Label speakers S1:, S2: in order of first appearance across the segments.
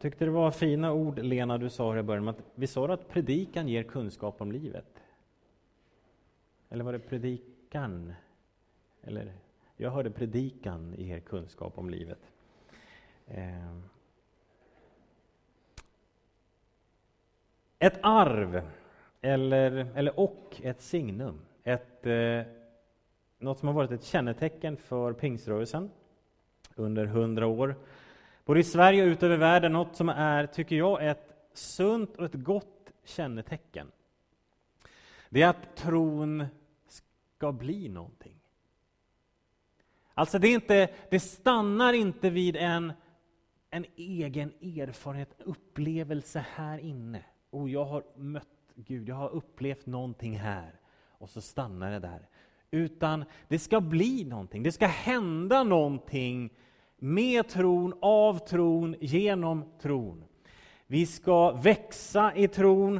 S1: tyckte det var fina ord, Lena, du sa här i början. Att vi sa att predikan ger kunskap om livet. Eller var det predikan? Eller, jag hörde predikan ger kunskap om livet. Ett arv, och ett signum. Något som har varit ett kännetecken för pingströrelsen under 100 år. Både i Sverige och utöver världen, något som är, tycker jag, ett sunt och ett gott kännetecken. Det är att tron ska bli någonting. Alltså det stannar inte vid en egen erfarenhet, upplevelse här inne. Och jag har mött Gud, jag har upplevt någonting här. Och så stannar det där. Utan det ska bli någonting, det ska hända någonting med tron, av tron, genom tron. Vi ska växa i tron.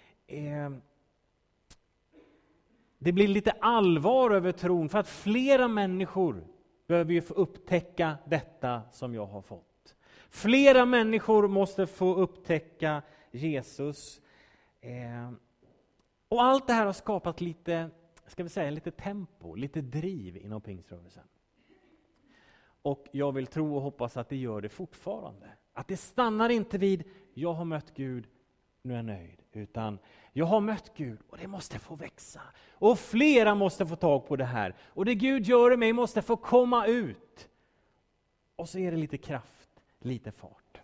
S1: Det blir lite allvar över tron för att flera människor behöver ju få upptäcka detta som jag har fått. Flera människor måste få upptäcka Jesus. Och allt det här har skapat lite, lite tempo, lite driv inom pingströrelsen. Och jag vill tro och hoppas att det gör det fortfarande. Att det stannar inte vid, jag har mött Gud, nu är jag nöjd. Utan, jag har mött Gud och det måste få växa. Och flera måste få tag på det här. Och det Gud gör i mig måste få komma ut. Och så är det lite kraft, lite fart.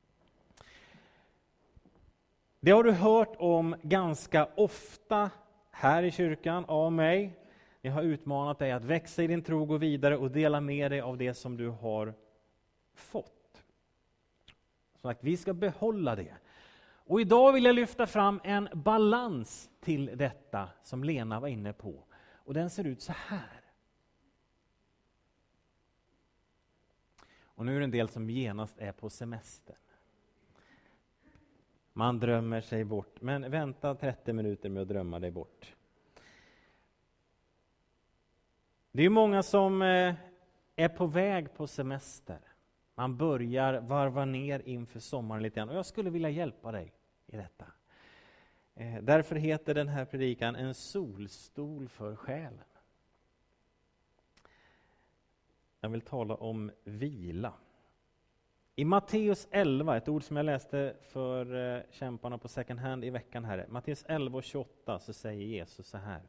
S1: Det har du hört om ganska ofta här i kyrkan av mig. Jag har utmanat dig att växa i din tro, gå vidare och dela med dig av det som du har fått. Som sagt, vi ska behålla det. Och idag vill jag lyfta fram en balans till detta som Lena var inne på. Och den ser ut så här. Och nu är det en del som genast är på semester. Man drömmer sig bort. Men vänta 30 minuter med att drömma dig bort. Det är många som är på väg på semester. Man börjar varva ner inför sommaren lite grann. Och jag skulle vilja hjälpa dig i detta. Därför heter den här predikan en solstol för själen. Jag vill tala om vila. I Matteus 11, ett ord som jag läste för kämparna på second hand i veckan här. Matteus 11 och 28 så säger Jesus så här.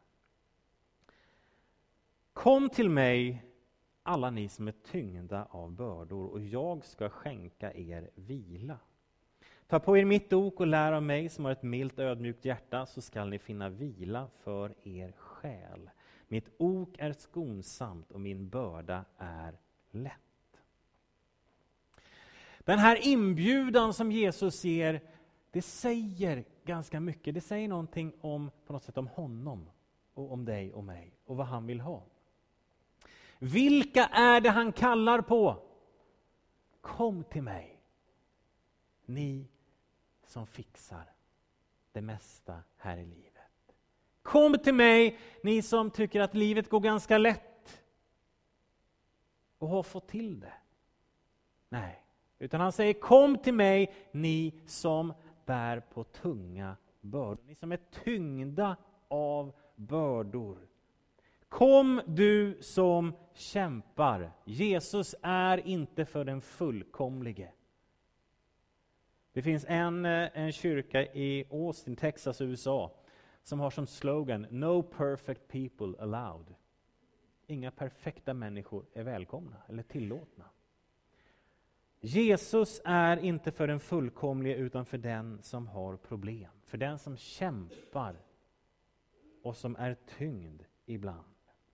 S1: Kom till mig alla ni som är tyngda av bördor och jag ska skänka er vila. Ta på er mitt ok och lär av mig som har ett milt ödmjukt hjärta så skall ni finna vila för er själ. Mitt ok är skonsamt och min börda är lätt. Den här inbjudan som Jesus ger, det säger ganska mycket. Det säger någonting om, på något sätt om honom och om dig och mig och vad han vill ha. Vilka är det han kallar på? Kom till mig, ni som fixar det mesta här i livet. Kom till mig, ni som tycker att livet går ganska lätt och har fått till det. Nej, utan han säger kom till mig, ni som bär på tunga bördor. Ni som är tyngda av bördor. Kom du som kämpar. Jesus är inte för den fullkomlige. Det finns en kyrka i Austin, Texas, USA som har som slogan No perfect people allowed. Inga perfekta människor är välkomna eller tillåtna. Jesus är inte för den fullkomlige utan för den som har problem. För den som kämpar och som är tyngd ibland.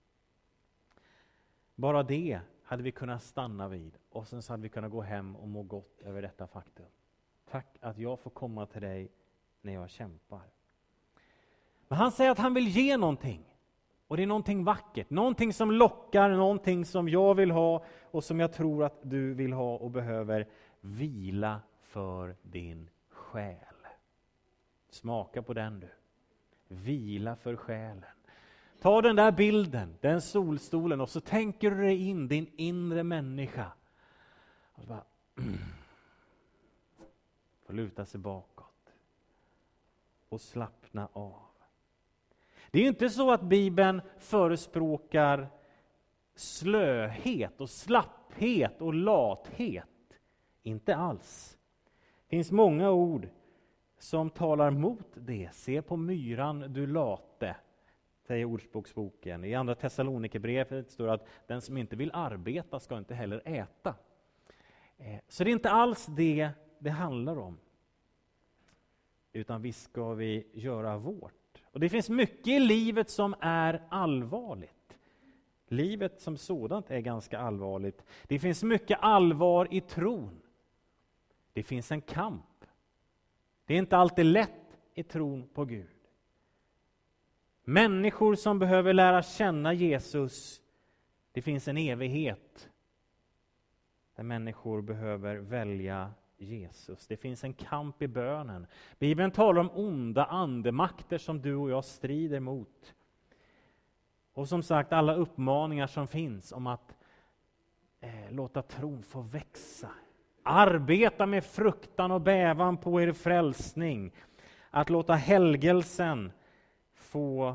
S1: Bara det hade vi kunnat stanna vid och sen så hade vi kunnat gå hem och må gott över detta faktum. Tack att jag får komma till dig när jag kämpar. Men han säger att han vill ge någonting. Och det är någonting vackert. Någonting som lockar, någonting som jag vill ha och som jag tror att du vill ha och behöver. Vila för din själ. Smaka på den du. Vila för själen. Ta den där bilden, den solstolen och så tänker du dig in din inre människa. Och så bara, få luta sig bakåt och slappna av. Det är ju inte så att Bibeln förespråkar slöhet och slapphet och lathet. Inte alls. Det finns många ord som talar mot det. Se på myran du late, säger Ordspråksboken. I andra Thessalonikerbrevet står det att den som inte vill arbeta ska inte heller äta. Så det är inte alls det det handlar om. Utan vi ska göra vårt. Och det finns mycket i livet som är allvarligt. Livet som sådant är ganska allvarligt. Det finns mycket allvar i tron. Det finns en kamp. Det är inte alltid lätt i tron på Gud. Människor som behöver lära känna Jesus. Det finns en evighet där människor behöver välja Jesus. Det finns en kamp i bönen. Bibeln talar om onda andemakter som du och jag strider mot. Och som sagt, alla uppmaningar som finns om att låta tron få växa. Arbeta med fruktan och bävan på er frälsning. Att låta helgelsen få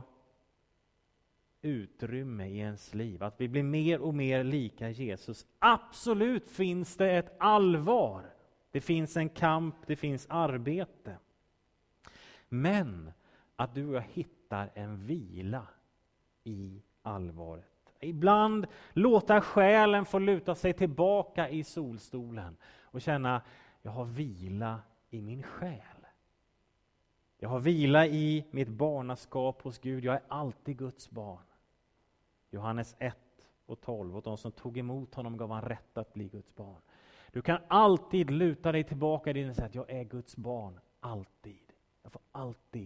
S1: utrymme i ens liv. Att vi blir mer och mer lika Jesus. Absolut finns det ett allvar. Det finns en kamp, det finns arbete. Men att du och jag hittar en vila i allvaret. Ibland låta själen få luta sig tillbaka i solstolen och känna, jag har vila i min själ. Jag har vila i mitt barnaskap hos Gud. Jag är alltid Guds barn. Johannes 1:12. Och de som tog emot honom gav han rätt att bli Guds barn. Du kan alltid luta dig tillbaka i din och säga att jag är Guds barn. Alltid. Jag får alltid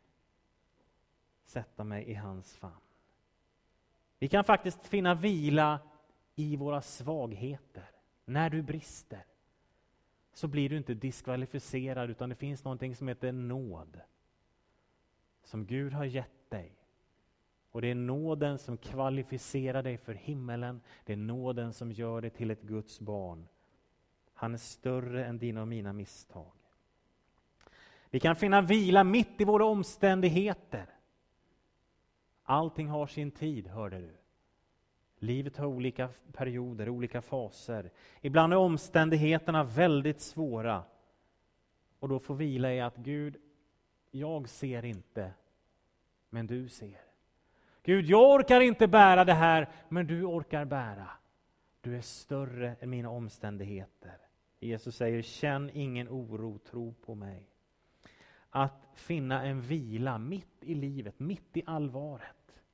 S1: sätta mig i hans famn. Vi kan faktiskt finna vila i våra svagheter. När du brister så blir du inte diskvalificerad, utan det finns någonting som heter nåd. Som Gud har gett dig. Och det är nåden som kvalificerar dig för himmelen. Det är nåden som gör dig till ett Guds barn. Han är större än dina och mina misstag. Vi kan finna vila mitt i våra omständigheter. Allting har sin tid, hörde du. Livet har olika perioder, olika faser. Ibland är omständigheterna väldigt svåra. Och då får vila i att Gud, jag ser inte, men du ser. Gud, jag orkar inte bära det här, men du orkar bära. Du är större än mina omständigheter. Jesus säger, känn ingen oro, tro på mig. Att finna en vila mitt i livet, mitt i allvaret.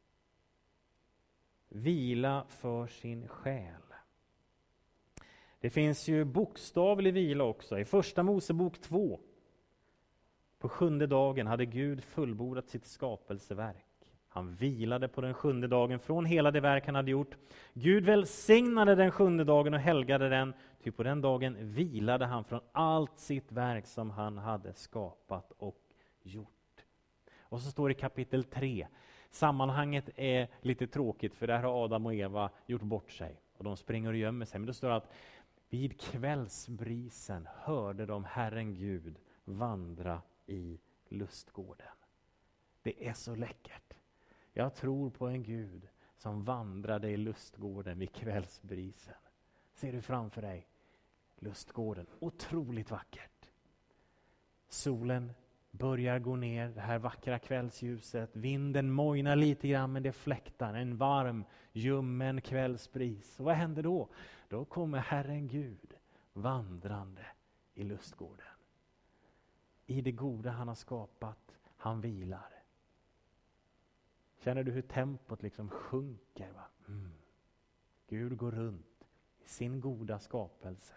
S1: Vila för sin själ. Det finns ju bokstavlig vila också. I första Mosebok 2. På 7:e dagen hade Gud fullbordat sitt skapelseverk. Han vilade på den 7:e dagen från hela det verk han hade gjort. Gud välsignade den 7:e dagen och helgade den. Ty på den dagen vilade han från allt sitt verk som han hade skapat och gjort. Och så står det i kapitel 3. Sammanhanget är lite tråkigt, för där har Adam och Eva gjort bort sig. Och de springer och gömmer sig. Men det står att vid kvällsbrisen hörde de Herren Gud vandra i lustgården. Det är så läckert. Jag tror på en Gud som vandrade i lustgården vid kvällsbrisen. Ser du framför dig lustgården? Otroligt vackert. Solen börjar gå ner, det här vackra kvällsljuset. Vinden mojnar lite grann, men det fläktar en varm, ljummen kvällsbris. Och vad händer då? Då kommer Herren Gud vandrande i lustgården. I det goda han har skapat, han vilar. Känner du hur tempot liksom sjunker? Va? Gud går runt i sin goda skapelse.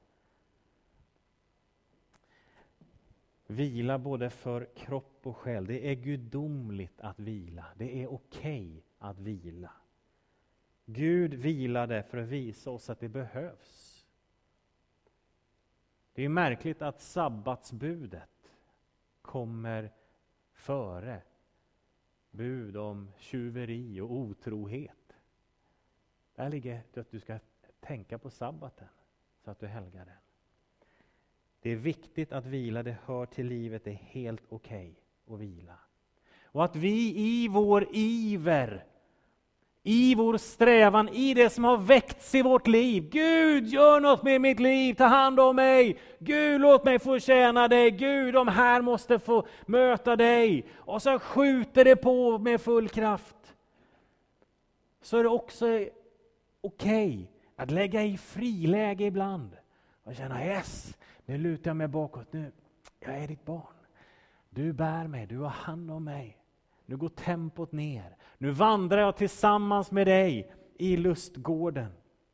S1: Vila både för kropp och själ. Det är gudomligt att vila. Det är okej att vila. Gud vilade för att visa oss att det behövs. Det är märkligt att sabbatsbudet kommer före bud om tjuveri och otrohet. Där ligger det att du ska tänka på sabbaten så att du helgar den. Det är viktigt att vila, det hör till livet, det är helt okej att vila. Och att vi i vår iver, i vår strävan, i det som har väckts i vårt liv. Gud, gör något med mitt liv, ta hand om mig. Gud, låt mig få tjäna dig. Gud, de här måste få möta dig. Och så skjuter det på med full kraft. Så är det också okej att lägga i friläge ibland. Och känna, yes, nu lutar jag mig bakåt. Nu, jag är ditt barn. Du bär mig, du har hand om mig. Nu går tempot ner. Nu vandrar jag tillsammans med dig i lustgården.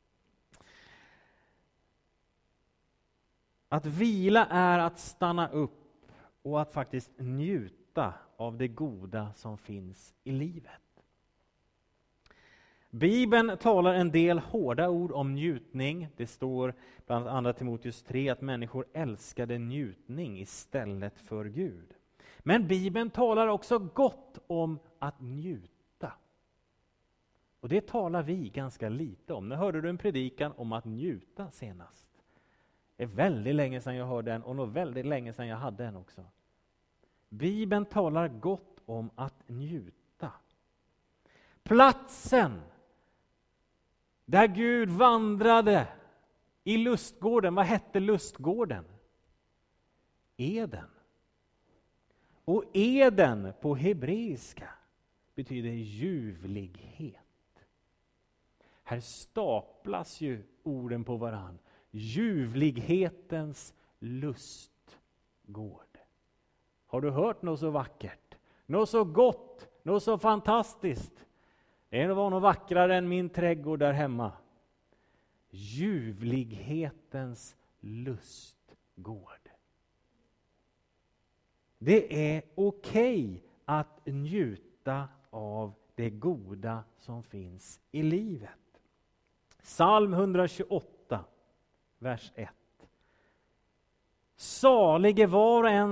S1: Att vila är att stanna upp och att faktiskt njuta av det goda som finns i livet. Bibeln talar en del hårda ord om njutning. Det står bland andra Timoteus 3 att människor älskade njutning istället för Gud. Men Bibeln talar också gott om att njuta. Och det talar vi ganska lite om. Nu hörde du en predikan om att njuta senast. Det är väldigt länge sedan jag hörde den och nog väldigt länge sedan jag hade den också. Bibeln talar gott om att njuta. Platsen där Gud vandrade i lustgården, vad hette lustgården? Eden. Och Eden på hebreiska betyder ljuvlighet. Här staplas ju orden på varann. Ljuvlighetens lustgård. Har du hört något så vackert? Något så gott? Något så fantastiskt? Det var nog vackrare än min trädgård där hemma. Ljuvlighetens lustgård. Det är okej att njuta av det goda som finns i livet. Psalm 128, vers 1. Salig är var och en